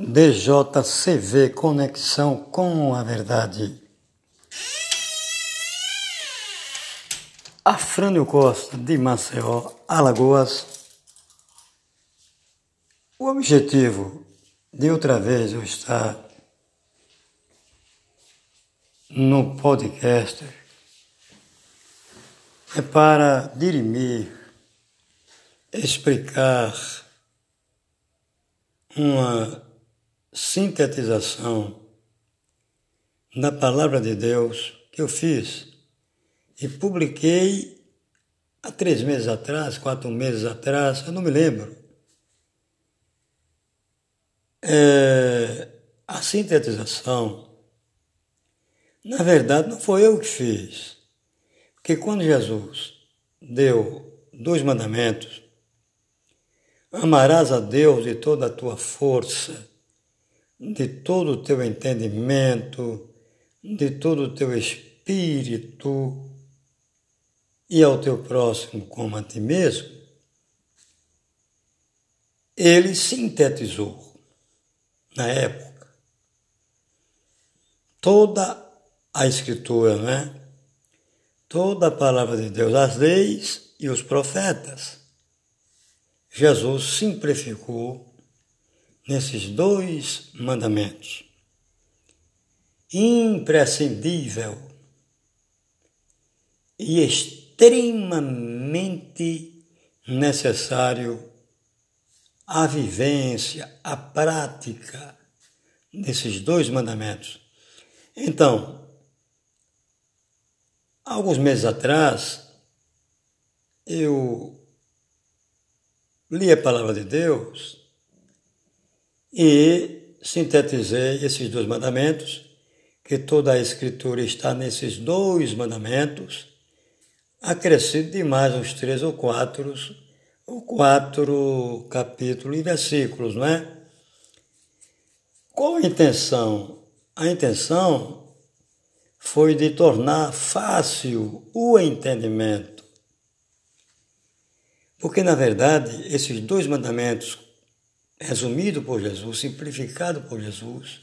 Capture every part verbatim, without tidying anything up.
D J C V Conexão com a Verdade. Afrânio Costa, de Maceió, Alagoas. O objetivo de outra vez eu estar no podcast é para dirimir, explicar uma sintetização da Palavra de Deus que eu fiz e publiquei há três meses atrás, quatro meses atrás, eu não me lembro. É, a sintetização, na verdade, não foi eu que fiz, porque quando Jesus deu dois mandamentos, amarás a Deus de toda a tua força, de todo o teu entendimento, de todo o teu espírito e ao teu próximo como a ti mesmo, ele sintetizou, na época, toda a Escritura, né? Toda a palavra de Deus, as leis e os profetas. Jesus simplificou nesses dois mandamentos. Imprescindível e extremamente necessário a vivência, a prática desses dois mandamentos. Então, alguns meses atrás, eu li a Palavra de Deus e sintetizei esses dois mandamentos, que toda a Escritura está nesses dois mandamentos, acrescido de mais uns três ou quatro, ou quatro capítulos e versículos, não é? Qual a intenção? A intenção foi de tornar fácil o entendimento. Porque, na verdade, esses dois mandamentos, resumidos por Jesus, simplificados por Jesus,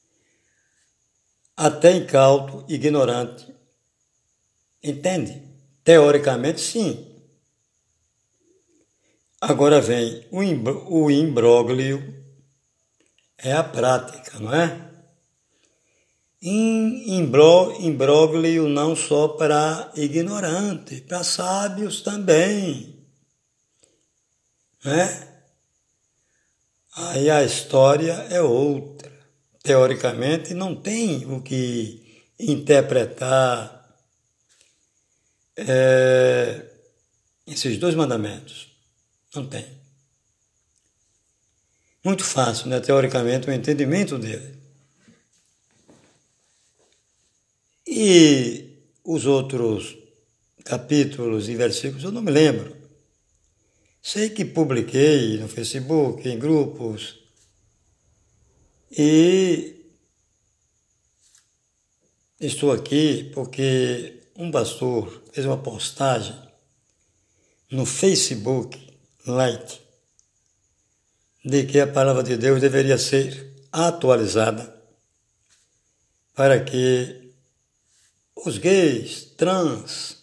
até incauto, ignorante, entende? Teoricamente, sim. Agora vem o imbróglio, é a prática, não é? Imbróglio não só para ignorante, para sábios também, né? Aí a história é outra. Teoricamente não tem o que interpretar é, esses dois mandamentos. Não tem. Muito fácil, né? Teoricamente, o entendimento dele. E os outros capítulos e versículos eu não me lembro. Sei que publiquei no Facebook, em grupos, e estou aqui porque um pastor fez uma postagem no Facebook Lite de que a palavra de Deus deveria ser atualizada para que os gays, trans,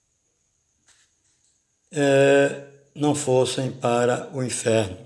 é, não fossem para o inferno.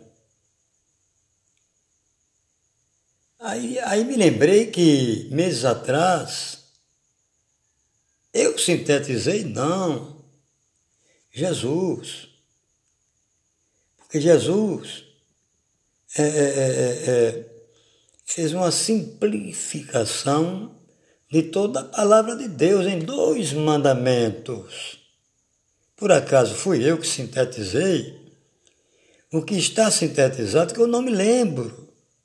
Aí, aí me lembrei que, meses atrás, eu sintetizei, não, Jesus. Porque Jesus é, é, é, fez uma simplificação de toda a palavra de Deus em dois mandamentos. Por acaso fui eu que sintetizei? O que está sintetizado que eu não me lembro.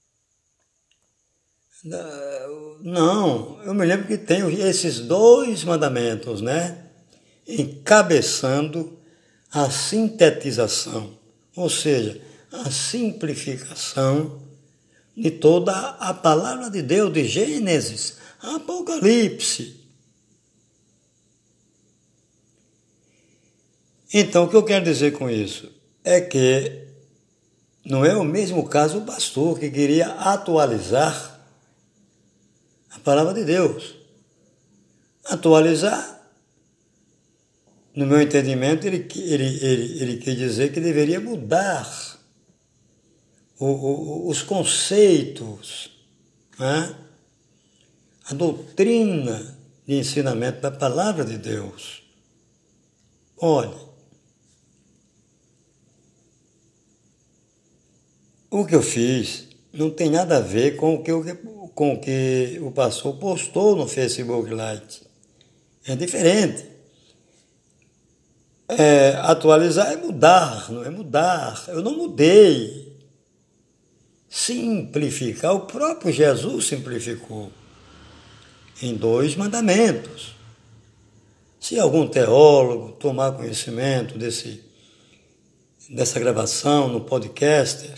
Não, eu me lembro que tem esses dois mandamentos, né? Encabeçando a sintetização, ou seja, a simplificação de toda a palavra de Deus, de Gênesis a Apocalipse. Então, o que eu quero dizer com isso é que não é o mesmo caso do pastor que queria atualizar a palavra de Deus. Atualizar, no meu entendimento, ele, ele, ele, ele quer dizer que deveria mudar o, o, os conceitos, né? A doutrina de ensinamento da palavra de Deus. Olha, o que eu fiz não tem nada a ver com o que, com o, que o pastor postou no Facebook Lite. É diferente. É, atualizar é mudar, não é mudar. Eu não mudei. Simplificar, o próprio Jesus simplificou em dois mandamentos. Se algum teólogo tomar conhecimento desse, dessa gravação no podcaster,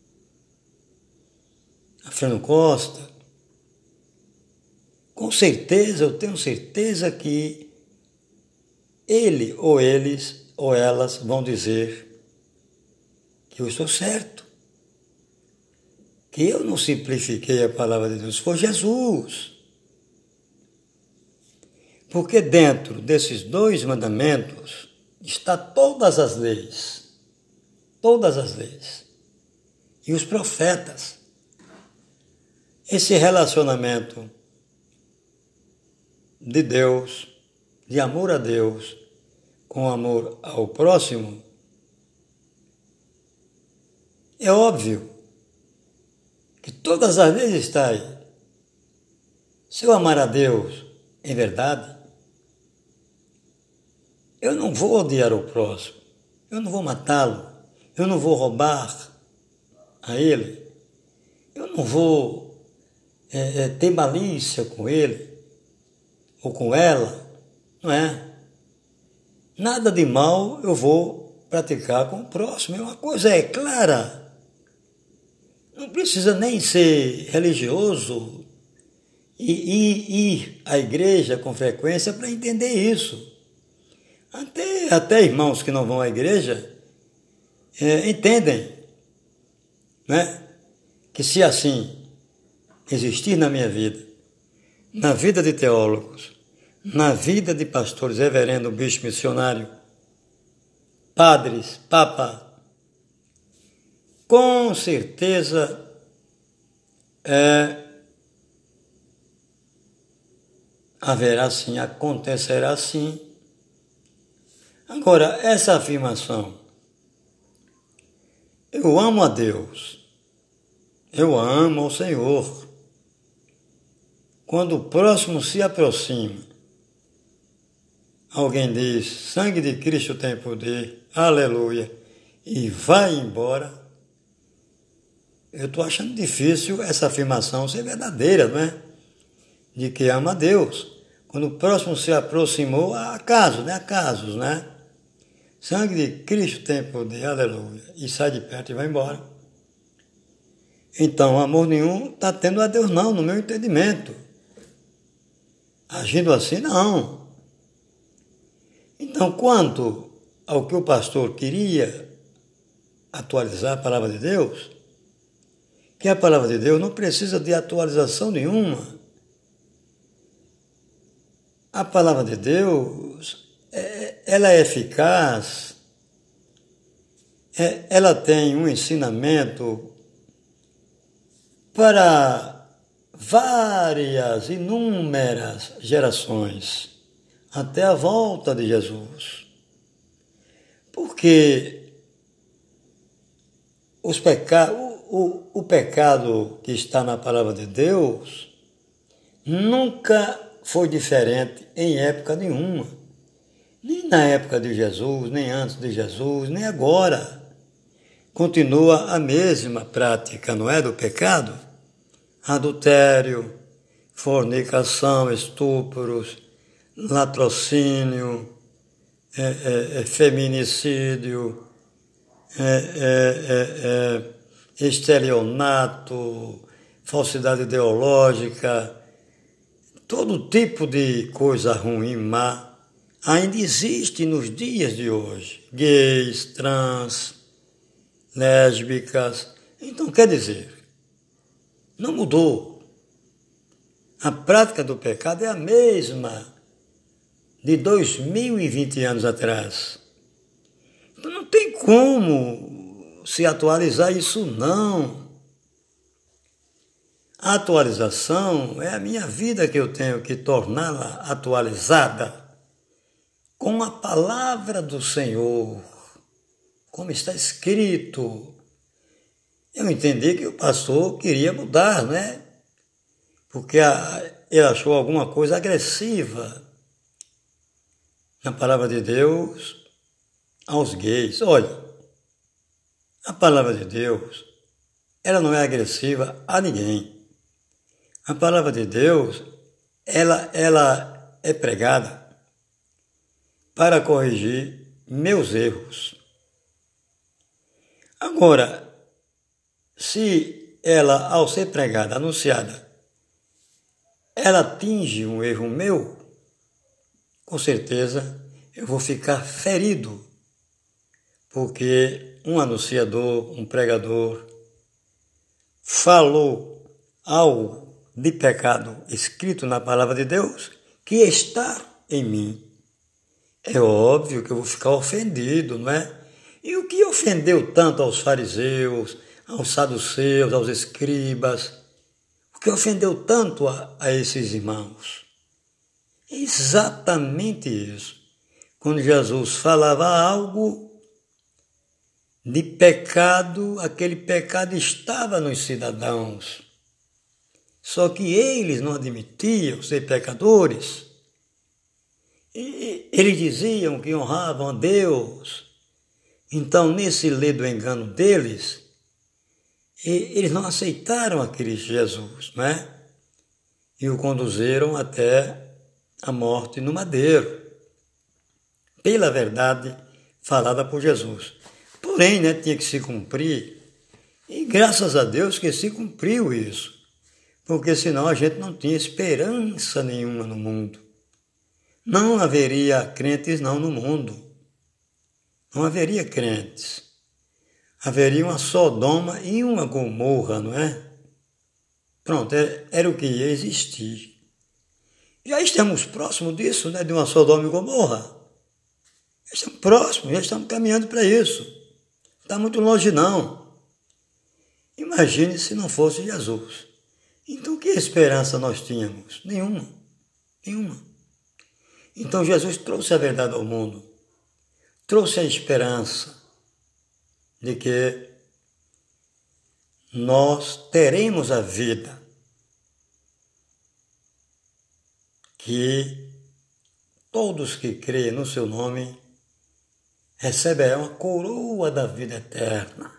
Afrânio Costa, com certeza, eu tenho certeza que ele ou eles ou elas vão dizer que eu estou certo, que eu não simplifiquei a palavra de Deus, foi Jesus. Porque dentro desses dois mandamentos está todas as leis, todas as leis, e os profetas. Esse relacionamento de Deus, de amor a Deus, com amor ao próximo, é óbvio que todas as leis estão aí. Se eu amar a Deus em verdade, eu não vou odiar o próximo, eu não vou matá-lo, eu não vou roubar a ele, eu não vou é, é, ter malícia com ele ou com ela, não é? Nada de mal eu vou praticar com o próximo. Uma coisa é clara, não precisa nem ser religioso e, e ir à igreja com frequência para entender isso. Até, até irmãos que não vão à igreja é, entendem, né? Que se assim existir na minha vida, na vida de teólogos, na vida de pastores, reverendo, bispo, missionário, padres, papa, com certeza é, haverá sim, acontecerá sim. Agora, essa afirmação, eu amo a Deus, eu amo ao Senhor. Quando o próximo se aproxima, alguém diz, sangue de Cristo tem poder, aleluia, e vai embora, eu estou achando difícil essa afirmação ser verdadeira, não é? De que ama a Deus. Quando o próximo se aproximou, há casos, né? Há casos, né? Sangue de Cristo tem poder, aleluia, e sai de perto e vai embora. Então, amor nenhum está tendo a Deus não, no meu entendimento. Agindo assim, não. Então, quanto ao que o pastor queria atualizar a palavra de Deus, que a palavra de Deus não precisa de atualização nenhuma. A palavra de Deus, é, ela é eficaz, é, ela tem um ensinamento para várias, inúmeras gerações, até a volta de Jesus. Porque os peca... o, o, o pecado que está na palavra de Deus nunca foi diferente em época nenhuma. Nem na época de Jesus, nem antes de Jesus, nem agora. Continua a mesma prática, não é, do pecado? Adultério, fornicação, estupros, latrocínio, é, é, é, feminicídio, é, é, é, é, estelionato, falsidade ideológica, todo tipo de coisa ruim, má, ainda existe nos dias de hoje. Gays, trans, lésbicas. Então, quer dizer, não mudou. A prática do pecado é a mesma de dois mil e vinte anos atrás. Então, não tem como se atualizar isso, não. A atualização é a minha vida que eu tenho que torná-la atualizada com a palavra do Senhor, como está escrito. Eu entendi que o pastor queria mudar, né? Porque a, ele achou alguma coisa agressiva na palavra de Deus aos gays. Olha, a palavra de Deus, ela não é agressiva a ninguém. A palavra de Deus, ela, ela é pregada para corrigir meus erros. Agora, se ela, ao ser pregada, anunciada, ela atinge um erro meu, com certeza eu vou ficar ferido, porque um anunciador, um pregador, falou algo de pecado escrito na palavra de Deus que está em mim. É óbvio que eu vou ficar ofendido, não é? E o que ofendeu tanto aos fariseus, aos saduceus, aos escribas? O que ofendeu tanto a, a esses irmãos? É exatamente isso. Quando Jesus falava algo de pecado, aquele pecado estava nos cidadãos. Só que eles não admitiam ser pecadores. E eles diziam que honravam a Deus. Então, nesse ledo engano deles, eles não aceitaram aquele Jesus, não é? E o conduziram até a morte no madeiro, pela verdade falada por Jesus. Porém, né, tinha que se cumprir, e graças a Deus que se cumpriu isso. Porque senão a gente não tinha esperança nenhuma no mundo. Não haveria crentes não no mundo. Não haveria crentes. Haveria uma Sodoma e uma Gomorra, não é? Pronto, era o que ia existir. Já estamos próximos disso, né? De uma Sodoma e Gomorra. Já estamos próximos, já estamos caminhando para isso. Não está muito longe, não. Imagine se não fosse Jesus. Então, que esperança nós tínhamos? Nenhuma. Nenhuma. Então, Jesus trouxe a verdade ao mundo. Trouxe a esperança de que nós teremos a vida que todos que creem no seu nome receberão a coroa da vida eterna.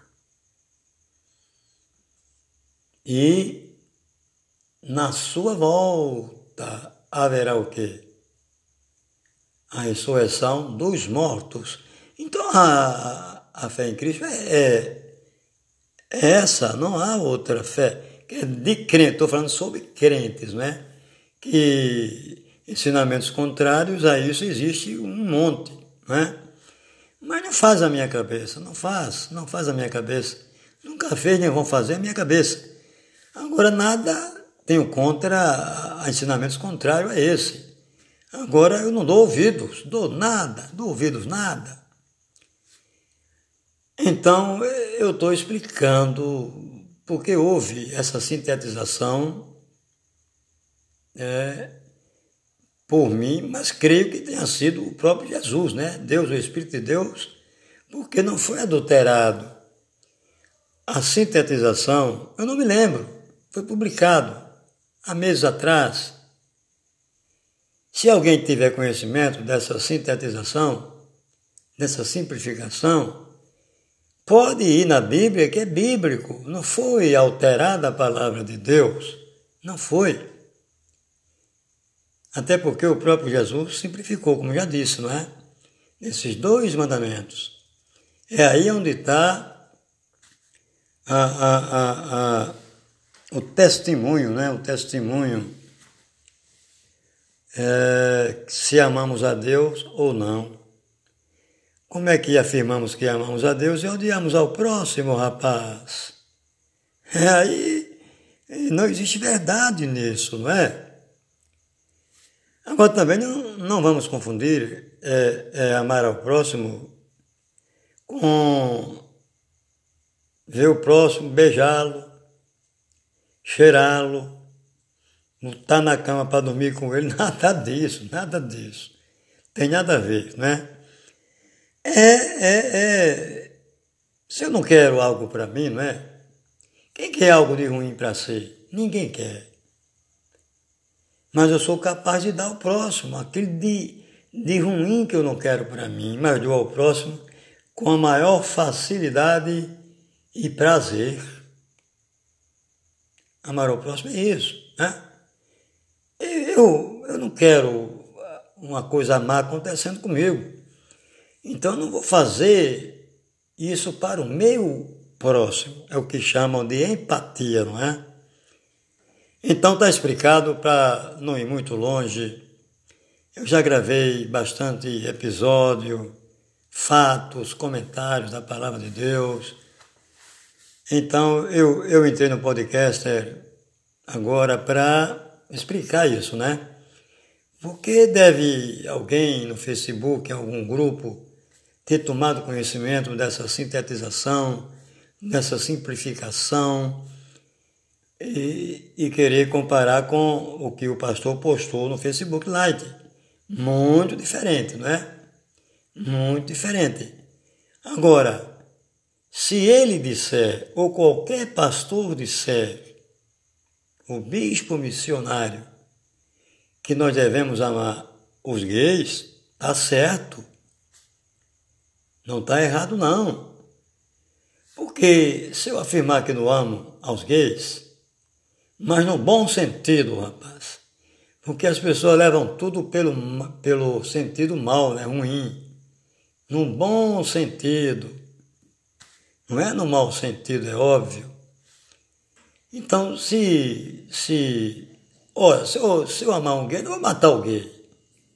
E na sua volta haverá o quê? A ressurreição dos mortos. Então a, a fé em Cristo é, é essa, não há outra fé. Que é de crente, estou falando sobre crentes, não é? Que ensinamentos contrários a isso existe um monte, não é? Mas não faz a minha cabeça, não faz, não faz a minha cabeça. Nunca fez nem vão fazer a minha cabeça. Agora nada tenho contra ensinamentos contrários a esse. Agora eu não dou ouvidos, dou nada, dou ouvidos nada. Então eu estou explicando porque houve essa sintetização é, por mim, mas creio que tenha sido o próprio Jesus, né? Deus, o Espírito de Deus, porque não foi adulterado. A sintetização, eu não me lembro, foi publicado há meses atrás. Se alguém tiver conhecimento dessa sintetização, dessa simplificação, pode ir na Bíblia, que é bíblico. Não foi alterada a palavra de Deus. Não foi. Até porque o próprio Jesus simplificou, como já disse, não é? Nesses dois mandamentos. É aí onde está a, a, a, a, o testemunho, né? O testemunho é, se amamos a Deus ou não. Como é que afirmamos que amamos a Deus e odiamos ao próximo, rapaz? É, aí não existe verdade nisso, não é? Agora também não, não vamos confundir é, é, amar ao próximo com ver o próximo, beijá-lo, cheirá-lo, botar na cama para dormir com ele, nada disso, nada disso. Tem nada a ver, não é? É, é, é. Se eu não quero algo para mim, não é? Quem quer algo de ruim para si? Ninguém quer. Mas eu sou capaz de dar ao próximo aquele de, de ruim que eu não quero para mim, mas dou ao próximo com a maior facilidade e prazer. Amar ao próximo é isso, né? Eu, eu não quero uma coisa má acontecendo comigo. Então eu não vou fazer isso para o meu próximo. É o que chamam de empatia, não é? Então está explicado, para não ir muito longe. Eu já gravei bastante episódio, fatos, comentários da Palavra de Deus. Então eu, eu entrei no podcast agora para explicar isso, né? Porque deve alguém no Facebook, em algum grupo, ter tomado conhecimento dessa sintetização, dessa simplificação e, e querer comparar com o que o pastor postou no Facebook Lite. Muito diferente, não é? Muito diferente. Agora, se ele disser, ou qualquer pastor disser, o bispo missionário, que nós devemos amar os gays, está certo. Não está errado, não. Porque se eu afirmar que não amo aos gays, mas no bom sentido, rapaz, porque as pessoas levam tudo pelo, pelo sentido mal, né, ruim. No bom sentido. Não é no mau sentido, é óbvio. Então, se, se, olha, se, eu, se eu amar um gay, eu não vou matar o gay.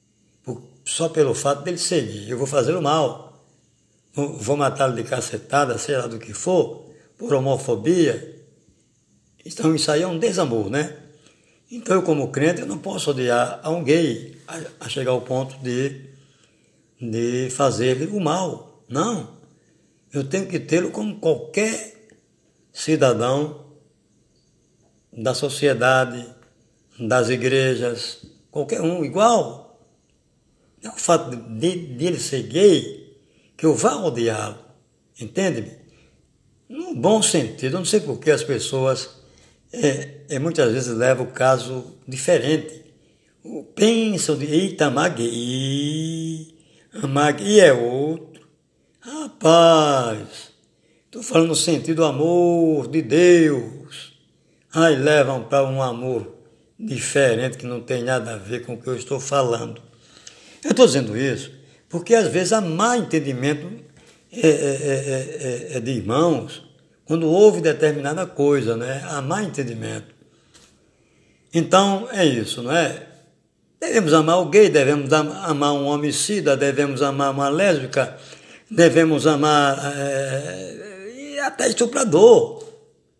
Só pelo fato dele ser gay. Eu vou fazer o mal. Vou matá-lo de cacetada, sei lá do que for, por homofobia. Então isso aí é um desamor, né? Então eu, como crente, eu não posso odiar a um gay a, a chegar ao ponto de, de fazer-lhe o mal. Não. Eu tenho que tê-lo como qualquer cidadão da sociedade, das igrejas, qualquer um, igual. Não é o fato de, de ele ser gay que eu vá odiá-lo, entende-me? No bom sentido, eu não sei por que as pessoas é, é, muitas vezes levam o caso diferente. Pensam de, eita, amar gay, amar gay é outro. Rapaz, estou falando no sentido do amor de Deus. Aí levam para um amor diferente que não tem nada a ver com o que eu estou falando. Eu estou dizendo isso porque às vezes há má entendimento é, é, é, é, é de irmãos quando houve determinada coisa, né? Há má entendimento. Então é isso, não é? Devemos amar o gay, devemos amar um homicida, devemos amar uma lésbica, devemos amar é, até estuprador.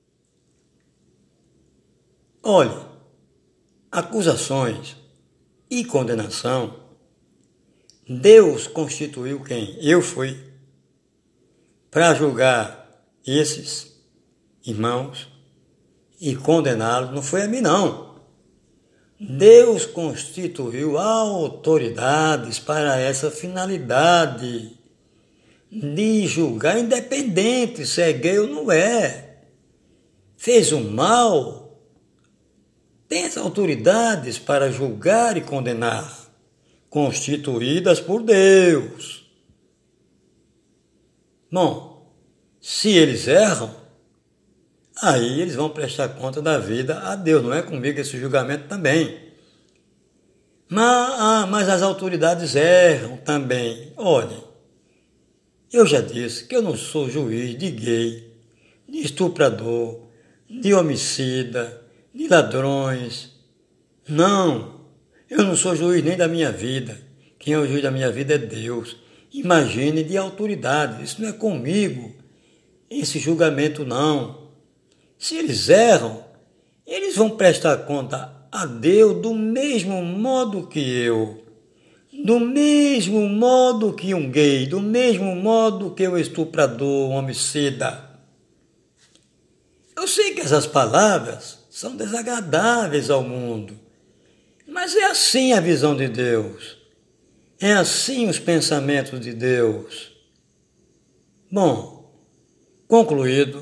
Olhe, acusações e condenação, Deus constituiu quem? Eu fui para julgar esses irmãos e condená-los. Não foi a mim, não. Deus constituiu autoridades para essa finalidade de julgar, independente se é gay ou não é. Fez o mal, tem as autoridades para julgar e condenar, constituídas por Deus. Bom, se eles erram, aí eles vão prestar conta da vida a Deus, não é comigo esse julgamento também. Mas, ah, mas as autoridades erram também. Olhem, eu já disse que eu não sou juiz de gay, de estuprador, de homicida, de ladrões. Não. Eu não sou juiz nem da minha vida. Quem é o juiz da minha vida é Deus. imagine, de autoridade. Isso não é comigo, esse julgamento não. Se eles erram, eles vão prestar conta a Deus do mesmo modo que eu, do mesmo modo que um gay, do mesmo modo que o estuprador, um homicida. Eu sei que essas palavras são desagradáveis ao mundo, mas é assim a visão de Deus, é assim os pensamentos de Deus. Bom, concluído,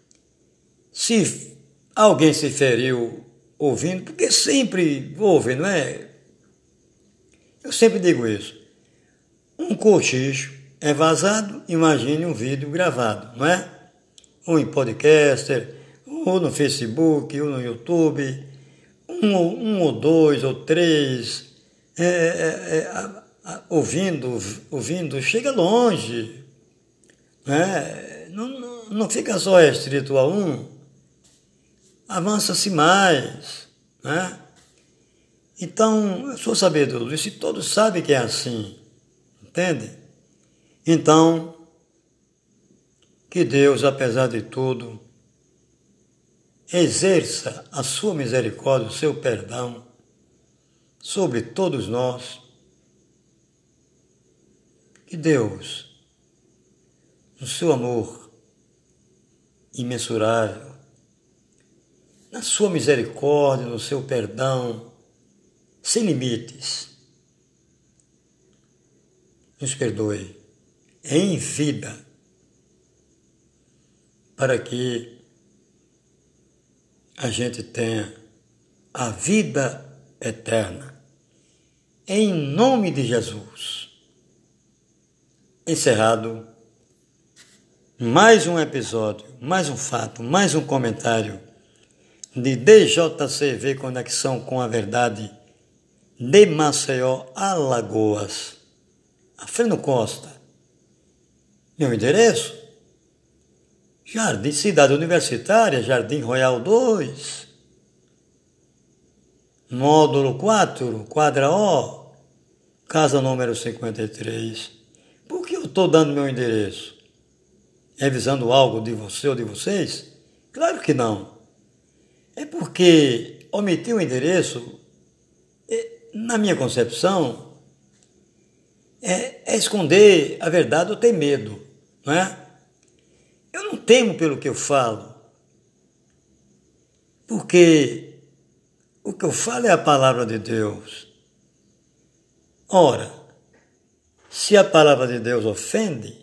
se alguém se feriu ouvindo, porque sempre ouve, não é? Eu sempre digo isso. Um cochicho é vazado, imagine um vídeo gravado, não é? Ou em podcaster, ou no Facebook, ou no YouTube, um, um ou dois ou três, é, é, é, a, a, ouvindo, ouvindo, chega longe, né? Não, não, não fica só restrito a um, avança-se mais, né? Então, eu sou sabedor disso e todos sabem que é assim, entende? Então, que Deus, apesar de tudo, exerça a sua misericórdia, o seu perdão sobre todos nós. Que Deus, no seu amor imensurável, na sua misericórdia, no seu perdão, sem limites, nos perdoe em vida, para que a gente tenha a vida eterna. Em nome de Jesus. Encerrado mais um episódio, mais um fato, mais um comentário de D J C V Conexão com a Verdade de Maceió, Alagoas. Alfredo Costa. Meu endereço? Jardim Cidade Universitária, Jardim Royal dois, módulo quatro, quadra O, casa número cinquenta e três. Por que eu estou dando meu endereço? É visando algo de você ou de vocês? Claro que não. É porque omitir o endereço, na minha concepção, é, é esconder a verdade ou ter medo, não é? Eu não temo pelo que eu falo, porque o que eu falo é a palavra de Deus. Ora, se a palavra de Deus ofende,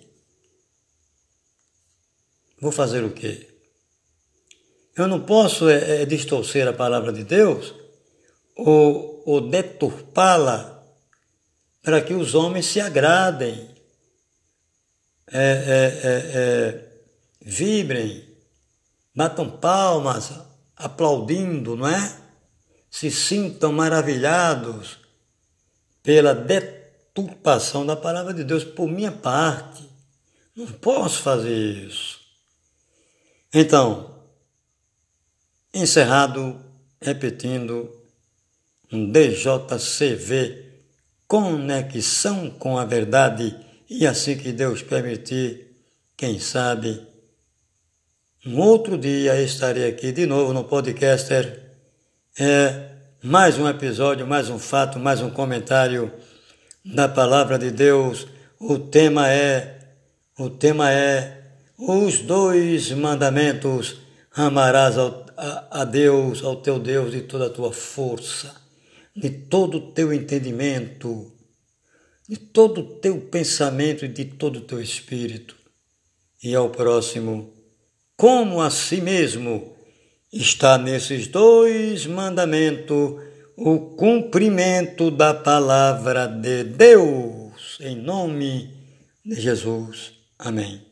vou fazer o quê? Eu não posso é, é, distorcer a palavra de Deus ou, ou deturpá-la para que os homens se agradem, é, é, é, é, vibrem, batam palmas, aplaudindo, não é? Se sintam maravilhados pela deturpação da palavra de Deus por minha parte. Não posso fazer isso. Então, encerrado, repetindo, um D J C V, conexão com a verdade, e assim que Deus permitir, quem sabe, um outro dia estarei aqui de novo no podcaster. É mais um episódio, mais um fato, mais um comentário da palavra de Deus. O tema é, o tema é os dois mandamentos. Amarás ao, a, a Deus, ao teu Deus, de toda a tua força, de todo o teu entendimento, de todo o teu pensamento e de todo o teu espírito. E ao próximo, como a si mesmo. Está nesses dois mandamentos o cumprimento da palavra de Deus. Em nome de Jesus. Amém.